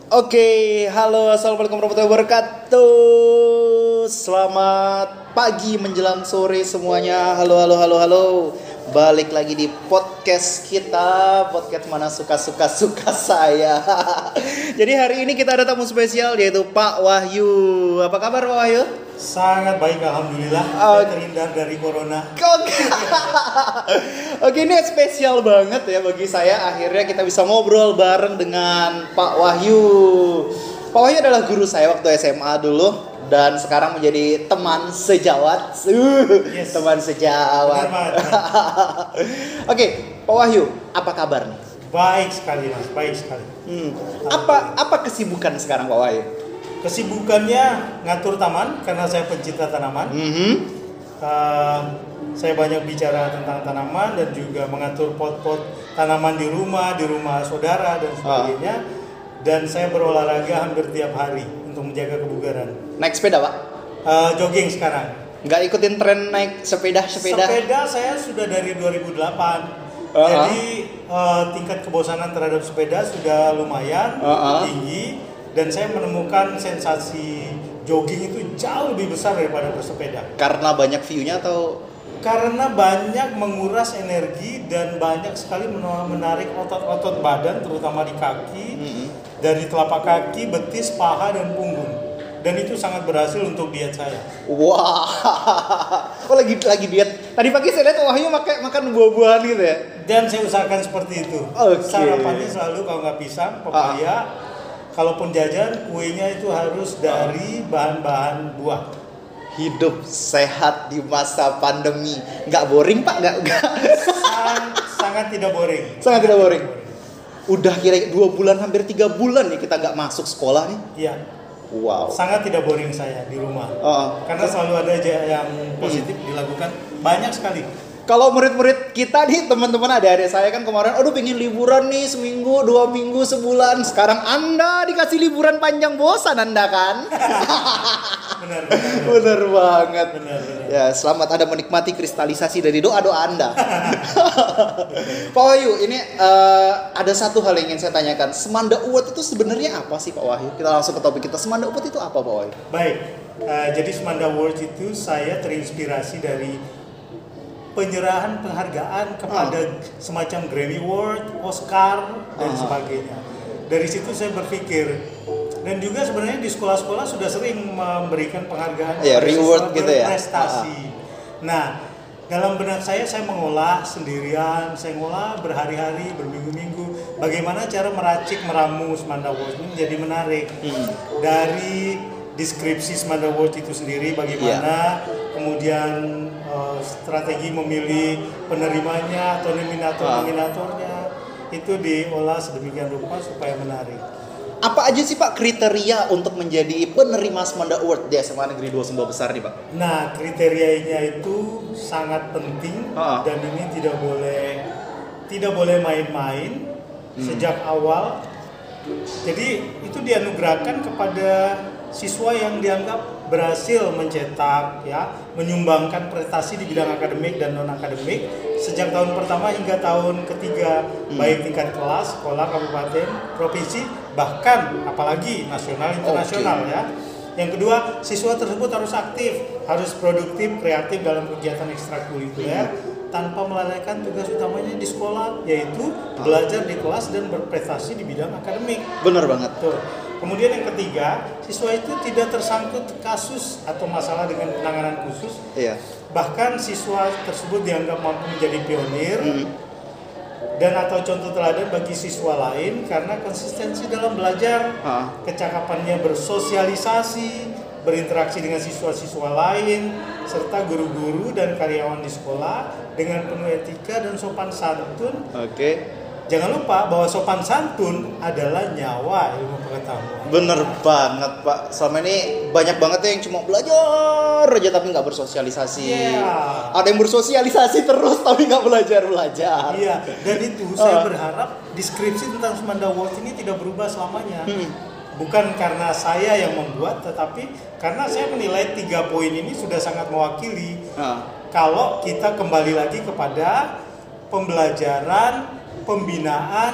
Oke, halo, assalamualaikum warahmatullahi wabarakatuh. Selamat pagi menjelang sore semuanya. Halo, halo, halo, halo. Balik lagi di podcast kita, podcast mana suka saya. Jadi hari ini kita ada tamu spesial yaitu Pak Wahyu. Apa kabar Pak Wahyu? Sangat baik, alhamdulillah. Saya terhindar dari corona. Oke, ini spesial banget ya bagi saya. Akhirnya kita bisa ngobrol bareng dengan Pak Wahyu. Pak Wahyu adalah guru saya waktu SMA dulu dan sekarang menjadi teman sejawat. Yes. Teman sejawat. Oke, Pak Wahyu, apa kabar nih? Baik sekali mas, baik sekali. Apa kesibukan sekarang Pak Wahyu? Kesibukannya ngatur taman karena saya pencinta tanaman. Saya banyak bicara tentang tanaman dan juga mengatur pot-pot tanaman di rumah saudara dan sebagainya. Dan saya berolahraga hampir tiap hari untuk menjaga kebugaran. Naik sepeda Pak? Jogging sekarang. Nggak ikutin tren naik sepeda? Sepeda saya sudah dari 2008. Jadi tingkat kebosanan terhadap sepeda sudah lumayan tinggi. Dan saya menemukan sensasi jogging itu jauh lebih besar daripada bersepeda. Karena banyak view-nya atau? Karena banyak menguras energi dan banyak sekali menarik otot-otot badan, terutama di kaki, dari telapak kaki, betis, paha, dan punggung. Dan itu sangat berhasil untuk diet saya. Wah, lagi diet. Tadi pagi saya lihat Wahyu makan buah-buahan gitu ya. Dan saya usahakan seperti itu. Sarapannya selalu kalau nggak pisang, pepaya. Kalaupun jajan, kuenya itu harus dari bahan-bahan buah. Hidup sehat di masa pandemi. Nggak boring Pak? Nggak. Sangat tidak boring. Sangat tidak boring. Udah kira 2 bulan, hampir 3 bulan nih kita nggak masuk sekolah nih. Iya. Wow. Sangat tidak boring saya di rumah. Karena selalu ada yang positif dilakukan. Banyak sekali. Kalau murid-murid kita nih, teman-teman adik-adik saya kan kemarin, aduh pengen liburan nih seminggu, 2 minggu, sebulan. Sekarang Anda dikasih liburan panjang, bosan Anda kan? Bener banget. Bener. Ya, selamat Anda menikmati kristalisasi dari doa-doa Anda. Pak Wahyu, ini ada satu hal yang ingin saya tanyakan. Semanda Uwet itu sebenarnya apa sih Pak Wahyu? Kita langsung ke topik kita. Semanda Uwet itu apa Pak Wahyu? Baik, jadi Semanda Awards itu saya terinspirasi dari penyerahan penghargaan kepada semacam Grammy Award, Oscar, dan sebagainya. Dari situ saya berpikir, dan juga sebenarnya di sekolah-sekolah sudah sering memberikan penghargaan reward gitu ya. Prestasi. Nah, dalam benak saya mengolah sendirian, saya ngolah berhari-hari, berminggu-minggu, bagaimana cara meramu Semanda Awards ini menjadi menarik. Dari deskripsi Semanda Awards itu sendiri, bagaimana kemudian strategi memilih penerimanya atau nominatornya itu diolah sedemikian rupa supaya menarik. Apa aja sih Pak kriteria untuk menjadi penerima Semanda Award di SMA Negeri 2 Sumba Besar nih Pak? Nah, kriterianya itu sangat penting dan ini tidak boleh main-main sejak awal. Jadi itu dianugerahkan kepada siswa yang dianggap berhasil mencetak, menyumbangkan prestasi di bidang akademik dan non akademik sejak tahun pertama hingga tahun ketiga, baik tingkat kelas, sekolah, kabupaten, provinsi, bahkan apalagi nasional, internasional ya. Yang kedua, siswa tersebut harus aktif, harus produktif, kreatif dalam kegiatan ekstrakurikuler tanpa melalaikan tugas utamanya di sekolah, yaitu belajar di kelas dan berprestasi di bidang akademik. Benar banget. Tuh. Kemudian yang ketiga, siswa itu tidak tersangkut kasus atau masalah dengan penanganan khusus. Bahkan siswa tersebut dianggap mampu menjadi pionir dan atau contoh teladan bagi siswa lain karena konsistensi dalam belajar, kecakapannya bersosialisasi, berinteraksi dengan siswa-siswa lain, serta guru-guru dan karyawan di sekolah dengan penuh etika dan sopan santun. Jangan lupa bahwa sopan santun adalah nyawa ilmu pengetahuan. Bener banget Pak. Selama ini banyak banget ya yang cuma belajar aja tapi nggak bersosialisasi. Ada yang bersosialisasi terus tapi nggak belajar. Dan itu saya berharap deskripsi tentang Semanda Awards ini tidak berubah selamanya. Bukan karena saya yang membuat, tetapi karena saya menilai 3 poin ini sudah sangat mewakili. Kalau kita kembali lagi kepada pembelajaran, pembinaan,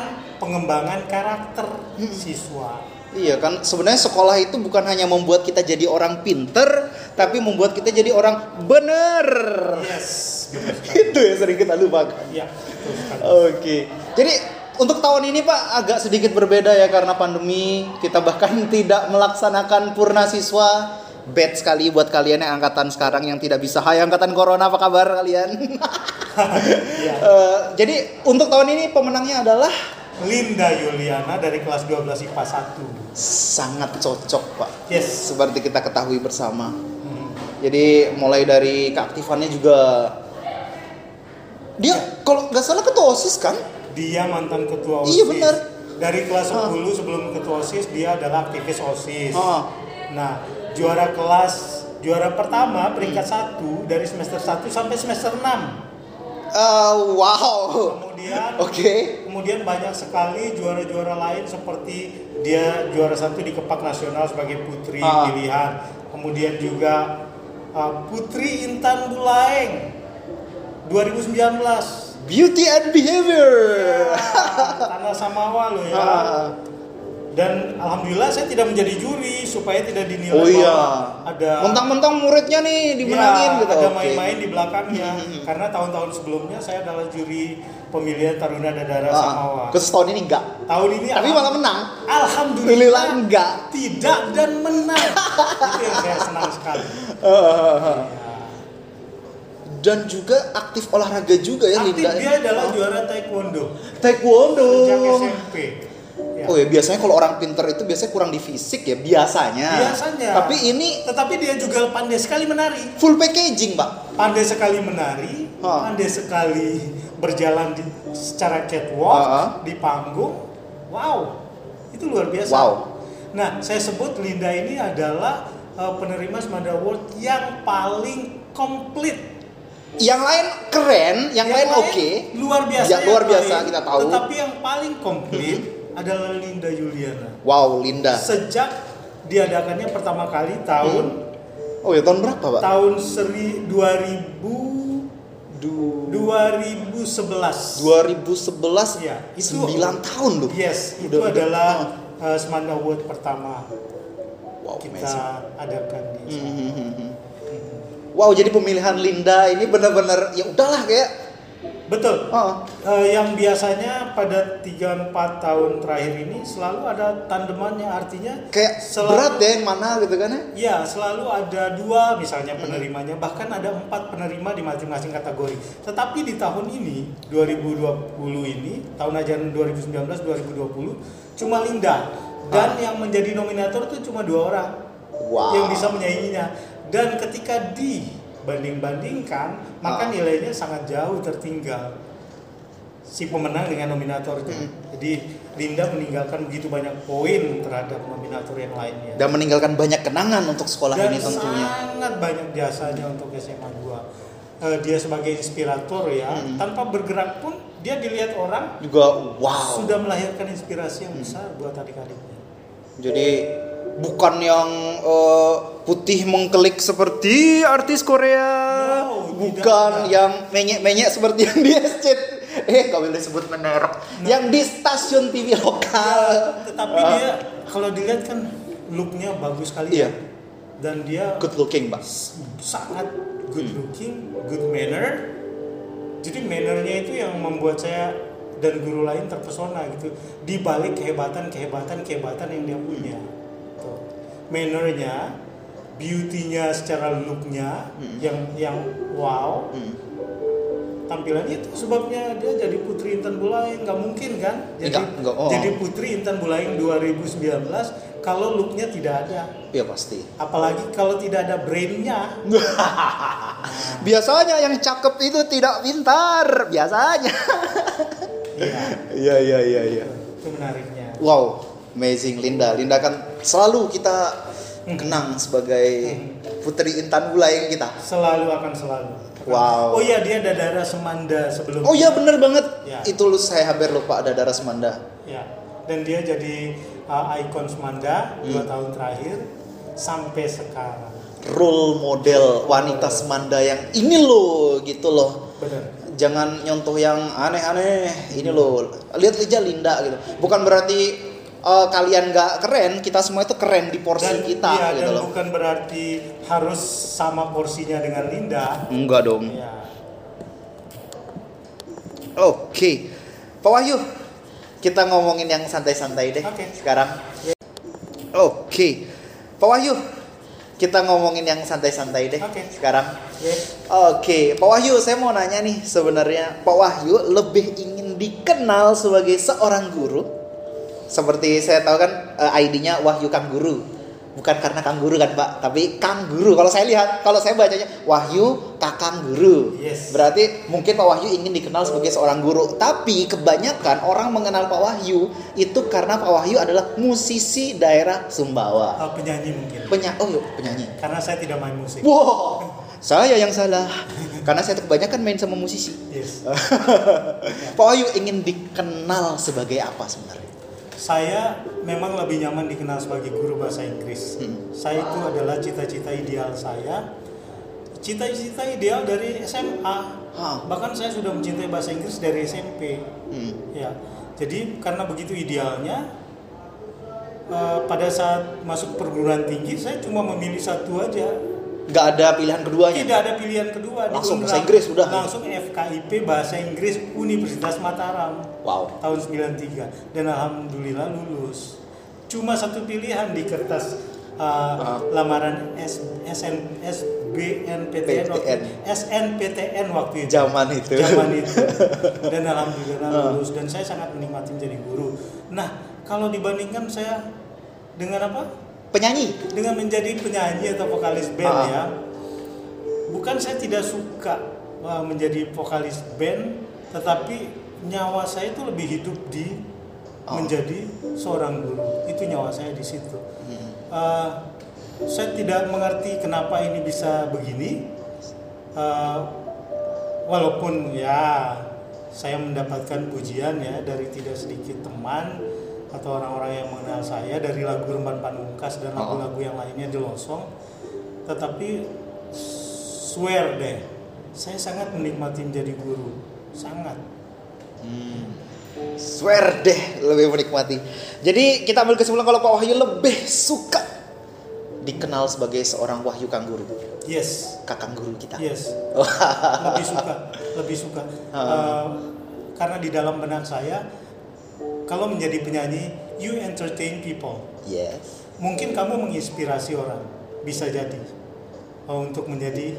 pengembangan karakter siswa. Iya kan, sebenarnya sekolah itu bukan hanya membuat kita jadi orang pinter, tapi membuat kita jadi orang bener. Yes. Itu yang sering kita lupakan. Iya. Oke. Jadi untuk tahun ini Pak agak sedikit berbeda ya karena pandemi. Kita bahkan tidak melaksanakan purna siswa. Bad sekali buat kalian yang angkatan sekarang yang tidak bisa. Hai angkatan corona, apa kabar kalian? Iya. Jadi untuk tahun ini pemenangnya adalah Linda Yuliana dari kelas 12 IPA 1. sangat cocok Pak. Yes. Seperti kita ketahui bersama. Jadi mulai dari keaktifannya juga. Dia kalau nggak salah ketua OSIS kan? Dia mantan ketua OSIS. Iya benar. Dari kelas 10 sebelum ketua OSIS dia adalah aktivis OSIS. Nah, juara pertama peringkat 1 dari semester 1 sampai semester 6. Wow. Kemudian banyak sekali juara-juara lain seperti dia juara 1 di Kepak Nasional sebagai putri pilihan. Kemudian juga Putri Intan Bulaeng 2019. Beauty and Behavior. Tanah Samawa loh ya. Dan alhamdulillah saya tidak menjadi juri supaya tidak dinilai ada mentang-mentang muridnya nih dimenangin gitu. Ada main-main di belakangnya. Karena tahun-tahun sebelumnya saya adalah juri pemilihan Taruna Dadara Samawa. Khusus tahun ini enggak. Tahun ini tapi malah menang. Alhamdulillah enggak. Tidak dan menang. Itu yang saya senang sekali. Dan juga aktif olahraga juga ya Linda. Dia adalah juara taekwondo. Sejak SMP. Ya. Oh ya biasanya kalau orang pinter itu biasanya kurang di fisik ya biasanya. Tetapi dia juga pandai sekali menari. Full packaging Pak. Pandai sekali menari, pandai sekali berjalan secara catwalk di panggung. Wow, itu luar biasa. Wow. Nah saya sebut Linda ini adalah penerima Semanda Award yang paling komplit. Yang lain keren, yang lain oke. Luar biasa. Ya, luar biasa kita tahu. Tetapi yang paling komplit adalah Linda Yuliana. Wow, Linda. Sejak diadakannya pertama kali tahun Oh ya, tahun berapa, Pak? Tahun 2011. 2011 ya, itu 9 tahun loh. Yes, itu adalah Semanda Award pertama. Wow, kita adakan di Wow, jadi pemilihan Linda ini benar-benar ya udahlah kayak betul. Yang biasanya pada 3-4 tahun terakhir ini selalu ada tandemannya, artinya kayak berat ya yang mana gitu kan ya? Ya, selalu ada 2 misalnya penerimanya, bahkan ada 4 penerima di masing-masing kategori. Tetapi di tahun ini 2020 ini, tahun ajaran 2019-2020 cuma Linda dan yang menjadi nominator itu cuma 2 orang. Wow. Yang bisa menyainginya. Dan ketika dibanding-bandingkan, maka nilainya sangat jauh tertinggal si pemenang dengan nominatornya. Jadi Linda meninggalkan begitu banyak poin terhadap nominator yang lainnya. Dan meninggalkan banyak kenangan untuk sekolah dan ini tentunya. Dan sangat banyak jasanya untuk SMA 2. Dia sebagai inspirator ya, tanpa bergerak pun dia dilihat orang juga wow. Sudah melahirkan inspirasi yang besar buat adik-adiknya. Jadi bukan yang putih mengkelik seperti artis Korea, bukan yang menyek-menyek seperti yang di SCT. Gak boleh sebut merek. Yang di stasiun TV lokal. Tetapi dia kalau dilihat kan looknya bagus sekali ya. Dan dia good looking, Pak. Sangat good looking, good manner. Jadi mannernya itu yang membuat saya dan guru lain terpesona gitu. Di balik kehebatan yang dia punya. Mannernya, beauty-nya secara look-nya yang wow. Tampilannya itu sebabnya dia jadi Putri Intan Bulaeng, nggak mungkin kan? Jadi Putri Intan Bulaeng 2019 kalau look-nya tidak ada. Iya pasti. Apalagi kalau tidak ada brain-nya. Biasanya yang cakep itu tidak pintar, biasanya. Iya. Itu menariknya. Wow, amazing Linda. Linda kan selalu kita kenang sebagai Putri Intan Bulaeng kita. Selalu. Wow. Oh iya, dia Dadara Semanda sebelumnya. Oh iya, bener banget. Ya. Itu saya hampir lupa, Dadara Semanda. Ya. Dan dia jadi ikon Semanda 2 tahun terakhir sampai sekarang. Role model wanita Semanda yang ini loh, gitu loh. Benar. jangan nyontoh yang aneh-aneh. Ini loh, lihat aja Linda gitu. Bukan berarti kalian nggak keren, kita semua itu keren di porsi dan, kita iya, gitu dan loh. bukan berarti harus sama porsinya dengan Linda. Enggak dong. Ya. Oke. Pak Wahyu, kita ngomongin yang santai-santai deh sekarang. Oke. Pak Wahyu, kita ngomongin yang santai-santai deh sekarang. Oke, Pak Wahyu, saya mau nanya nih, sebenarnya Pak Wahyu lebih ingin dikenal sebagai seorang guru. Seperti saya tahu kan ID-nya Wahyu Kang Guru. Bukan karena Kang Guru kan Pak, tapi Kang Guru. Kalau saya lihat, kalau saya bacanya Wahyu Kakang Guru. Yes. Berarti mungkin Pak Wahyu ingin dikenal sebagai seorang guru. Tapi kebanyakan orang mengenal Pak Wahyu itu karena Pak Wahyu adalah musisi daerah Sumbawa. Penyanyi mungkin. Penyanyi. Karena saya tidak main musik. Wow, saya yang salah. Karena saya kebanyakan main sama musisi. Yes. Pak Wahyu ingin dikenal sebagai apa sebenarnya? Saya memang lebih nyaman dikenal sebagai guru bahasa Inggris. Saya itu adalah cita-cita ideal saya. Cita-cita ideal dari SMA. Bahkan saya sudah mencintai bahasa Inggris dari SMP. Ya. Jadi karena begitu idealnya, pada saat masuk perguruan tinggi saya cuma memilih satu aja. Nggak ada pilihan keduanya? Tidak ada pilihan kedua. Langsung bahasa Inggris udah? Langsung FKIP Bahasa Inggris Universitas Mataram. Wow. Tahun 93. Dan alhamdulillah lulus. Cuma satu pilihan di kertas lamaran SNMPTN waktu itu. Zaman itu. Dan alhamdulillah lulus. Dan saya sangat menikmati menjadi guru. Nah, kalau dibandingkan saya dengan apa? Penyanyi? Dengan menjadi penyanyi atau vokalis band ya. Bukan saya tidak suka menjadi vokalis band, tetapi nyawa saya itu lebih hidup di menjadi seorang guru. Itu nyawa saya di situ. Saya tidak mengerti kenapa ini bisa begini. Walaupun ya saya mendapatkan pujian ya dari tidak sedikit teman atau orang-orang yang mengenal saya dari lagu Remban Pamungkas dan lagu-lagu yang lainnya di Losong, tetapi swear deh, saya sangat menikmati menjadi guru, sangat. Swear deh, lebih menikmati. Jadi kita ambil kesimpulan kalau Pak Wahyu lebih suka dikenal sebagai seorang Wahyu Kang Guru. Yes. Kakang guru kita. Yes. lebih suka. Karena di dalam benak saya, kalau menjadi penyanyi, you entertain people. Yes. Mungkin kamu menginspirasi orang, bisa jadi untuk menjadi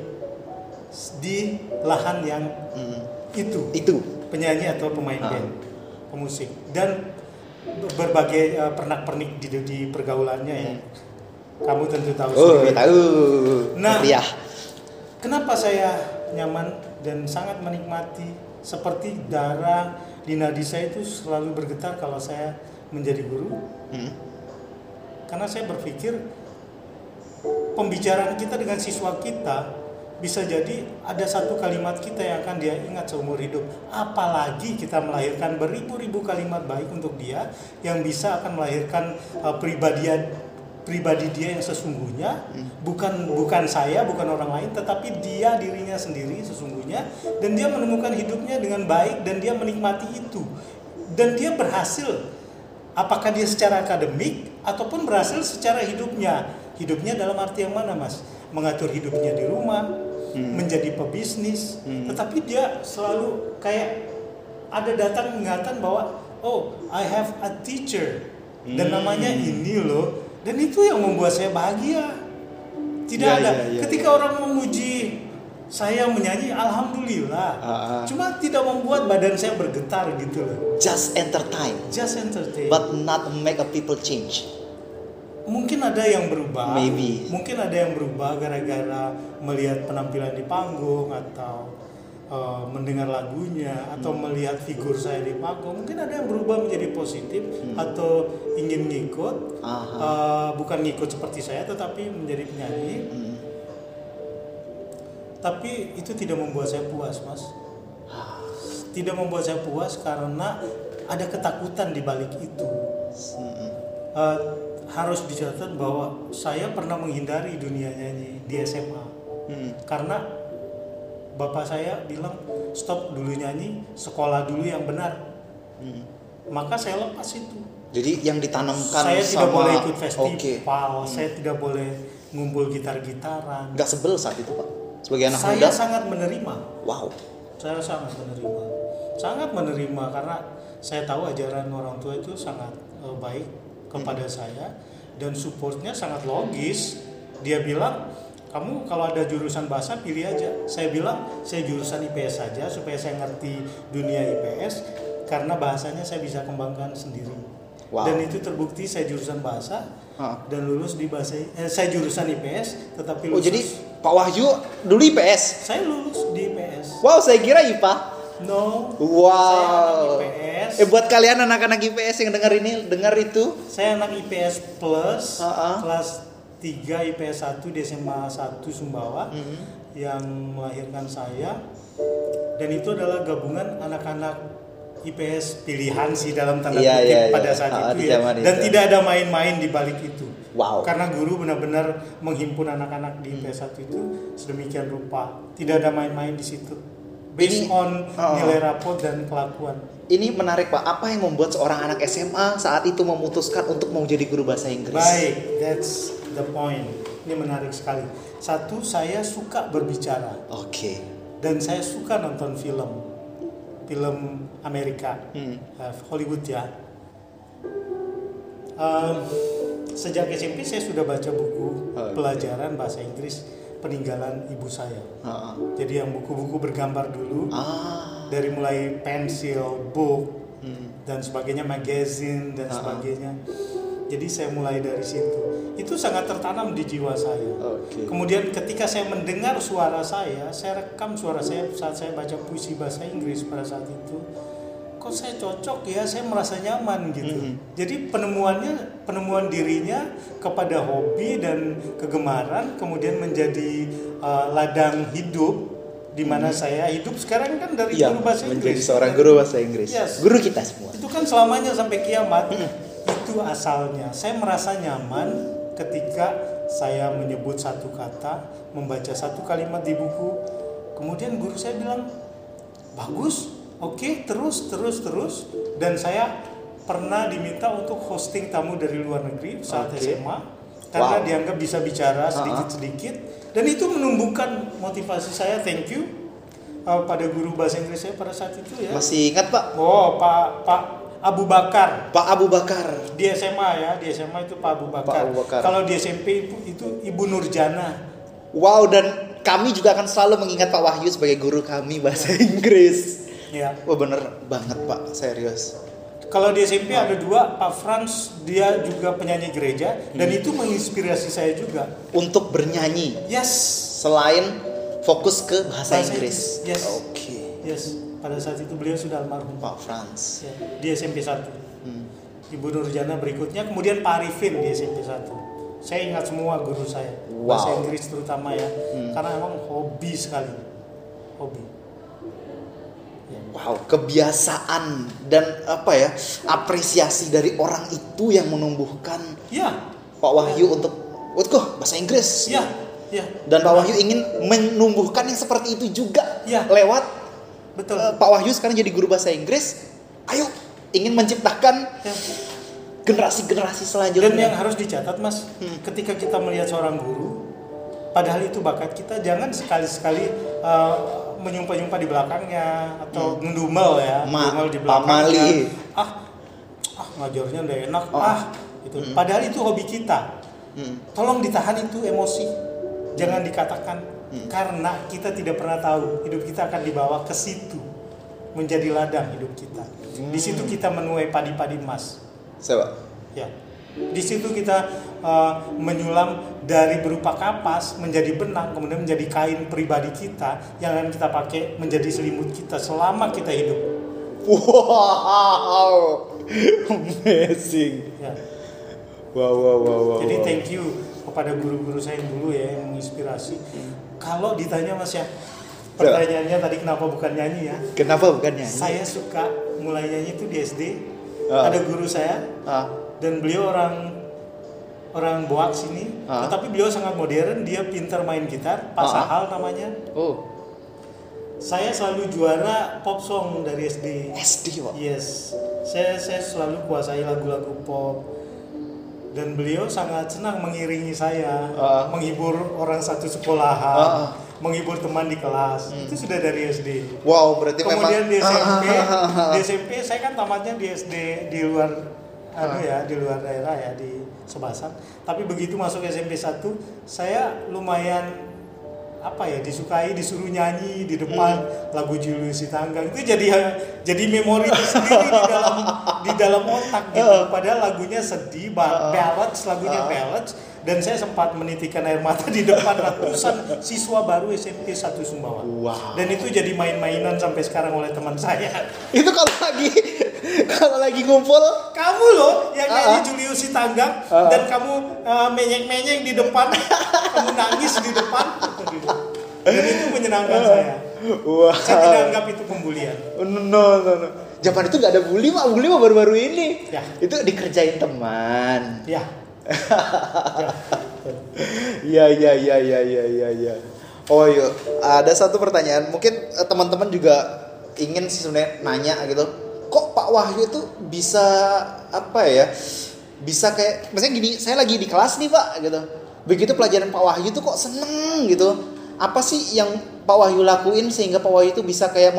di lahan yang itu penyanyi atau pemain band, pemusik, dan berbagai pernak-pernik di pergaulannya ya. Kamu tentu tahu. Tahu. Nah, ya. Kenapa saya nyaman dan sangat menikmati, seperti darah di nadi saya itu selalu bergetar kalau saya menjadi guru. Karena saya berpikir pembicaraan kita dengan siswa kita bisa jadi ada satu kalimat kita yang akan dia ingat seumur hidup. Apalagi kita melahirkan beribu-ribu kalimat baik untuk dia yang bisa akan melahirkan pribadi dia yang sesungguhnya, bukan saya, bukan orang lain, tetapi dia dirinya sendiri sesungguhnya, dan dia menemukan hidupnya dengan baik dan dia menikmati itu, dan dia berhasil, apakah dia secara akademik ataupun berhasil secara hidupnya dalam arti yang mana Mas? Mengatur hidupnya di rumah, menjadi pebisnis, tetapi dia selalu kayak ada datang ingatan bahwa I have a teacher dan namanya ini loh. Dan itu yang membuat saya bahagia. Tidak ada. Ketika orang memuji saya menyanyi, alhamdulillah. Cuma tidak membuat badan saya bergetar gitu loh. Just entertain. But not make a people change. Mungkin ada yang berubah. Maybe. Mungkin ada yang berubah gara-gara melihat penampilan di panggung atau mendengar lagunya atau melihat figur saya di panggung. Mungkin ada yang berubah menjadi positif atau ingin ngikut, bukan ngikut seperti saya tetapi menjadi penyanyi. Tapi itu tidak membuat saya puas, Mas. Tidak membuat saya puas karena ada ketakutan di balik itu. Harus dicatat bahwa saya pernah menghindari dunia nyanyi di SMA. Karena bapak saya bilang stop dulu nyanyi, sekolah dulu yang benar. Maka saya lepas itu. Jadi yang ditanamkan saya tidak boleh ikut festival, saya tidak boleh ngumpul gitar-gitaran. Nggak sebel saat itu Pak? Sebagai anak muda? Saya sangat menerima. Wow. Saya sangat menerima karena saya tahu ajaran orang tua itu sangat baik kepada saya dan supportnya sangat logis. Dia bilang, kamu kalau ada jurusan bahasa pilih aja. Saya bilang, saya jurusan IPS saja supaya saya ngerti dunia IPS karena bahasanya saya bisa kembangkan sendiri. Wow. Dan itu terbukti saya jurusan bahasa dan lulus di bahasa. Saya jurusan IPS tetapi lulus. Oh jadi Pak Wahyu dulu IPS? Saya lulus di IPS. Wow, saya kira IPA. No. Wow. Saya anak IPS. Buat kalian anak-anak IPS yang dengar itu. Saya anak IPS plus kelas 3 IPS 1 di SMA 1 Sumbawa yang melahirkan saya. Dan itu adalah gabungan anak-anak IPS pilihan sih dalam tanda kutip pada saat itu ya. Dan tidak ada main-main di balik itu. Wow. Karena guru benar-benar menghimpun anak-anak di IPS 1 itu sedemikian rupa. Tidak ada main-main di situ. Based on nilai rapot dan kelakuan. Ini menarik Pak. Apa yang membuat seorang anak SMA saat itu memutuskan untuk mau jadi guru bahasa Inggris? Baik, that's the point. Ini menarik sekali. Satu, saya suka berbicara. Oke. Dan saya suka nonton film Amerika, Hollywood ya. Sejak SMP saya sudah baca buku pelajaran bahasa Inggris peninggalan ibu saya. Jadi yang buku-buku bergambar dulu, dari mulai pensil, book dan sebagainya, magazine dan sebagainya. Jadi saya mulai dari situ. Itu sangat tertanam di jiwa saya. Kemudian ketika saya mendengar suara saya rekam suara saya saat saya baca puisi bahasa Inggris pada saat itu. Kok saya cocok ya, saya merasa nyaman gitu. Jadi penemuan dirinya kepada hobi dan kegemaran kemudian menjadi ladang hidup di mana saya hidup sekarang kan dari guru bahasa Inggris. Menjadi seorang guru bahasa Inggris. Yes. Guru kita semua. Itu kan selamanya sampai kiamat. Itu asalnya. Saya merasa nyaman ketika saya menyebut satu kata, membaca satu kalimat di buku. Kemudian guru saya bilang, "Bagus. Oke, terus. Dan saya pernah diminta untuk hosting tamu dari luar negeri saat SMA karena dianggap bisa bicara sedikit-sedikit dan itu menumbuhkan motivasi saya. Thank you pada guru bahasa Inggris saya pada saat itu ya. Masih ingat Pak? Oh, Pak Abu Bakar. Pak Abu Bakar. Di SMA ya, di SMA itu Pak Abu Bakar. Kalau di SMP itu Ibu Nurjana. Wow, dan kami juga akan selalu mengingat Pak Wahyu sebagai guru kami bahasa Inggris. Ya. Wah bener banget Pak, serius. Kalau di SMP ada dua, Pak Frans dia juga penyanyi gereja dan itu menginspirasi saya juga untuk bernyanyi. Yes. Selain fokus ke bahasa Inggris. Yes. Oke. Yes. Pada saat itu beliau sudah almarhum Pak Frans. Ya, di SMP 1. Ibu Nurjana berikutnya, kemudian Pak Arifin di SMP 1. Saya ingat semua guru saya. Bahasa Inggris terutama ya. Karena emang hobi sekali. Hobi. Wow, kebiasaan dan apresiasi dari orang itu yang menumbuhkan Pak Wahyu untuk bahasa Inggris. Dan Pak Wahyu ingin menumbuhkan yang seperti itu juga lewat Pak Wahyu sekarang jadi guru bahasa Inggris. Ayo, ingin menciptakan generasi-generasi selanjutnya. Dan yang harus dicatat Mas, ketika kita melihat seorang guru, padahal itu bakat kita, jangan sekali-sekali menyumpah-nyumpah di belakangnya atau ngedumel ya, ngedumel di belakangnya. Ngajarnya udah enak, gitu. Padahal itu hobi kita. Tolong ditahan itu emosi, jangan dikatakan, karena kita tidak pernah tahu hidup kita akan dibawa ke situ, menjadi ladang hidup kita. Di situ kita menuai padi-padi emas. Siapa? Ya. Di situ kita menyulam dari berupa kapas menjadi benang, kemudian menjadi kain pribadi kita yang akan kita pakai menjadi selimut kita selama kita hidup. Wow, amazing. Ya. Wow. Jadi thank you kepada guru-guru saya yang dulu ya yang menginspirasi. Kalau ditanya Mas ya, pertanyaannya tadi kenapa bukan nyanyi ya? Kenapa bukan nyanyi? Saya suka mulai nyanyi itu di SD. Ada guru saya. Dan beliau orang Boak sini, tetapi beliau sangat modern, dia pintar main gitar, Pak Sahal namanya. Saya selalu juara pop song dari SD. SD, Pak. Yes, saya selalu kuasai lagu-lagu pop. Dan beliau sangat senang mengiringi saya, menghibur orang satu sekolahan, menghibur teman di kelas. Itu sudah dari SD. Wow, berarti kemudian memang di SMP saya kan tamatnya di SD di luar di luar daerah ya, di Sebasan. Tapi begitu masuk SMP 1, saya lumayan disukai, disuruh nyanyi di depan lagu Julius Sitanggang. Itu jadi memori sendiri di dalam otak gitu. Padahal lagunya sedih, ballads, lagunya ballads, dan saya sempat menitikan air mata di depan ratusan siswa baru SMP 1 Sumbawa. Wow. Dan itu jadi main-mainan sampai sekarang oleh teman saya. Itu kalau lagi ngumpul, kamu loh yang nyanyi Julius Sitanggang dan kamu menyek-menyek di depan, kamu nangis di depan. Dan itu menyenangkan saya. Wah. Saya tidak anggap itu pembulian. No. Zaman itu nggak ada bully, Pak. Bully mah baru-baru ini. Ya. Itu dikerjain teman. Ya. Iya. Oh iya, ada satu pertanyaan. Mungkin teman-teman juga ingin sih sebenarnya nanya gitu. Kok Pak Wahyu itu bisa bisa kayak misalnya gini, saya lagi di kelas nih, Pak, gitu. Begitu pelajaran Pak Wahyu tuh kok seneng gitu. Apa sih yang Pak Wahyu lakuin sehingga Pak Wahyu itu bisa kayak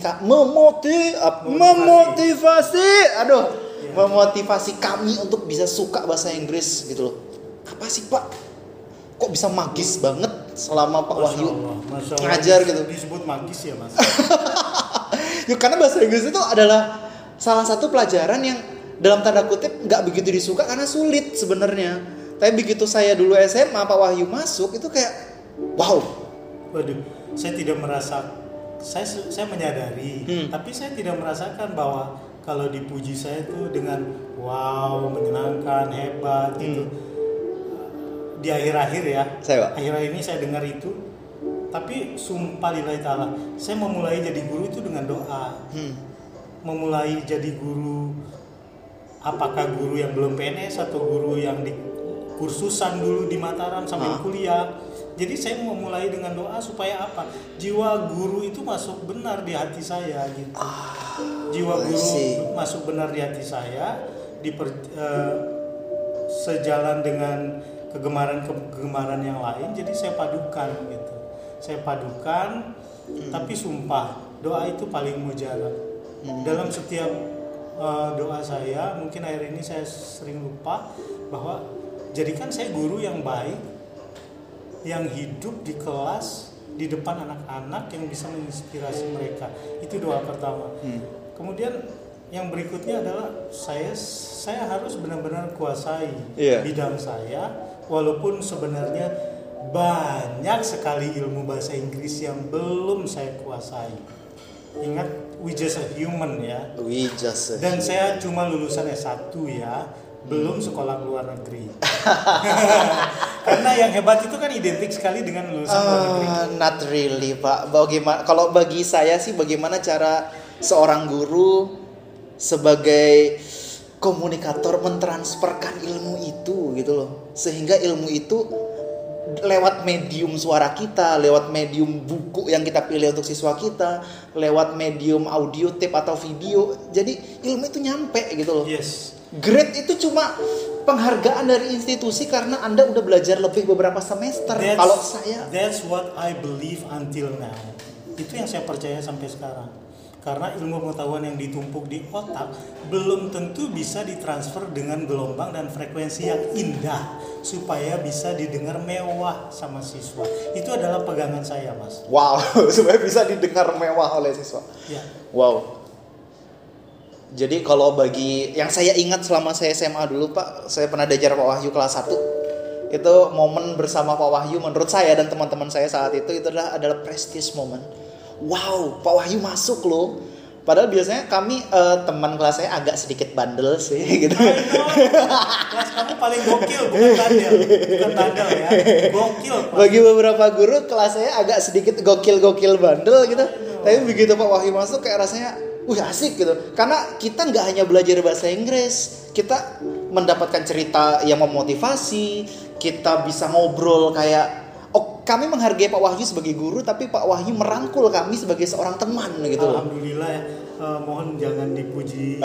memotivasi kami untuk bisa suka bahasa Inggris gitu loh. Apa sih, Pak? Kok bisa magis banget selama Pak Wahyu ngajar gitu? Disebut magis ya, Mas. Ya, karena bahasa Inggris itu adalah salah satu pelajaran yang dalam tanda kutip nggak begitu disuka karena sulit sebenarnya. Tapi begitu saya dulu SMA, Pak Wahyu masuk itu kayak wow. Waduh, saya tidak merasa, saya menyadari, tapi saya tidak merasakan bahwa kalau dipuji saya itu dengan wow, menyenangkan, hebat gitu. Di akhir-akhir ya, akhir-akhir ini saya dengar itu, tapi sumpah lillahi ta'ala, saya memulai jadi guru itu dengan doa. Memulai jadi guru, apakah guru yang belum PNS atau guru yang di kursusan dulu di Mataram sambil kuliah. Jadi saya memulai dengan doa supaya apa? Jiwa guru itu masuk benar di hati saya gitu. Jiwa guru masuk benar di hati saya, sejalan dengan kegemaran yang lain. Jadi saya padukan gitu. Saya padukan, tapi sumpah doa itu paling mujarab. Dalam setiap doa saya, mungkin akhir ini saya sering lupa bahwa jadikan saya guru yang baik, yang hidup di kelas di depan anak-anak yang bisa menginspirasi mereka. Itu doa pertama. Kemudian yang berikutnya adalah saya harus benar-benar kuasai bidang saya, walaupun sebenarnya banyak sekali ilmu bahasa Inggris yang belum saya kuasai. Ingat, we just a human ya. Dan saya cuma lulusan S1 ya, belum sekolah luar negeri. Karena yang hebat itu kan identik sekali dengan lulusan luar negeri. Not really, Pak. Kalau bagi saya sih, bagaimana cara seorang guru sebagai komunikator mentransferkan ilmu itu gitu loh, sehingga ilmu itu lewat medium suara kita, lewat medium buku yang kita pilih untuk siswa kita, lewat medium audio tape atau video. Jadi ilmu itu nyampe gitu loh. Yes. Grade itu cuma penghargaan dari institusi karena Anda udah belajar lebih beberapa semester. Kalau saya, that's what I believe until now. Itu yang saya percaya sampai sekarang. Karena ilmu pengetahuan yang ditumpuk di otak belum tentu bisa ditransfer dengan gelombang dan frekuensi yang indah supaya bisa didengar mewah sama siswa. Itu adalah pegangan saya, Mas. Wow, supaya bisa didengar mewah oleh siswa. Ya. Wow. Jadi kalau bagi yang saya ingat selama saya SMA dulu, Pak, saya pernah diajar Pak Wahyu kelas 1. Itu momen bersama Pak Wahyu menurut saya dan teman-teman saya saat itu adalah prestigious moment. Wow, Pak Wahyu masuk loh. Padahal biasanya kami teman kelas saya agak sedikit bandel sih gitu. Kelas kamu paling gokil, bukan bandel ya. Gokil. Bagi beberapa guru kelas saya agak sedikit gokil bandel gitu. Tapi begitu Pak Wahyu masuk kayak rasanya asik gitu. Karena kita nggak hanya belajar bahasa Inggris, kita mendapatkan cerita yang memotivasi, kita bisa ngobrol kayak kami menghargai Pak Wahyu sebagai guru, tapi Pak Wahyu merangkul kami sebagai seorang teman gitu loh. Alhamdulillah ya. Mohon jangan dipuji.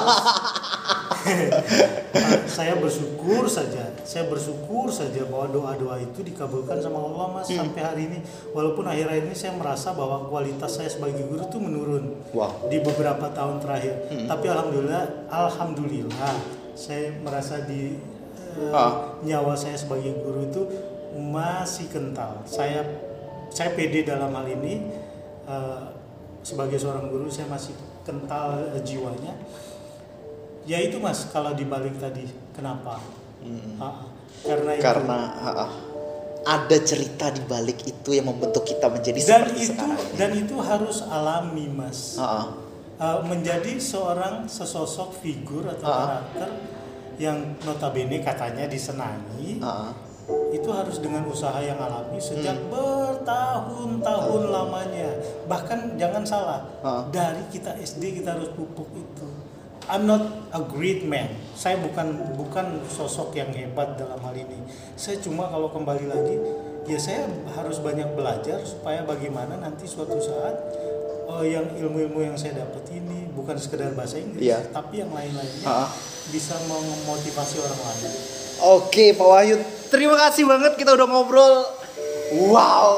Saya bersyukur saja bahwa doa-doa itu dikabulkan sama Allah, Mas. Sampai hari ini, walaupun akhir-akhir ini saya merasa bahwa kualitas saya sebagai guru itu menurun di beberapa tahun terakhir. Tapi alhamdulillah saya merasa di nyawa saya sebagai guru itu masih kental. Saya pede dalam hal ini, sebagai seorang guru saya masih kental jiwanya. Ya itu, Mas, kalau dibalik tadi kenapa? Karena ada cerita di balik itu yang membentuk kita menjadi seperti sekarang. Dan itu harus alami, Mas. Menjadi seorang sesosok figur atau karakter yang notabene katanya disenangi. Itu harus dengan usaha yang alami sejak bertahun-tahun lamanya. Bahkan jangan salah, dari kita SD kita harus pupuk itu. I'm not a great man. Saya bukan sosok yang hebat dalam hal ini. Saya cuma kalau kembali lagi, ya saya harus banyak belajar supaya bagaimana nanti suatu saat yang ilmu-ilmu yang saya dapat ini bukan sekedar bahasa Inggris, tapi yang lain-lainnya bisa memotivasi orang lain. Oke, Pak Wahyu, terima kasih banget kita udah ngobrol. Wow.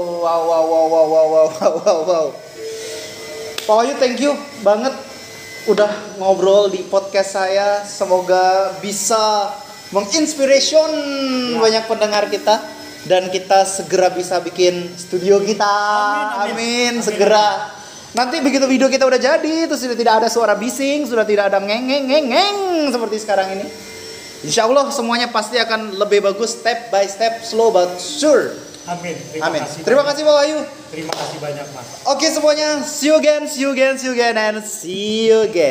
Pak Wahyu, thank you banget udah ngobrol di podcast saya. Semoga bisa menginspiration banyak pendengar kita dan kita segera bisa bikin studio kita. Amin. Segera. Nanti begitu video kita udah jadi, terus sudah tidak ada suara bising, sudah tidak ada ngeng seperti sekarang ini. Insya Allah semuanya pasti akan lebih bagus, step by step, slow but sure. Amin. Terima kasih Pak Wahyu. Terima kasih banyak, Mas. Oke semuanya, see you again, and see you again.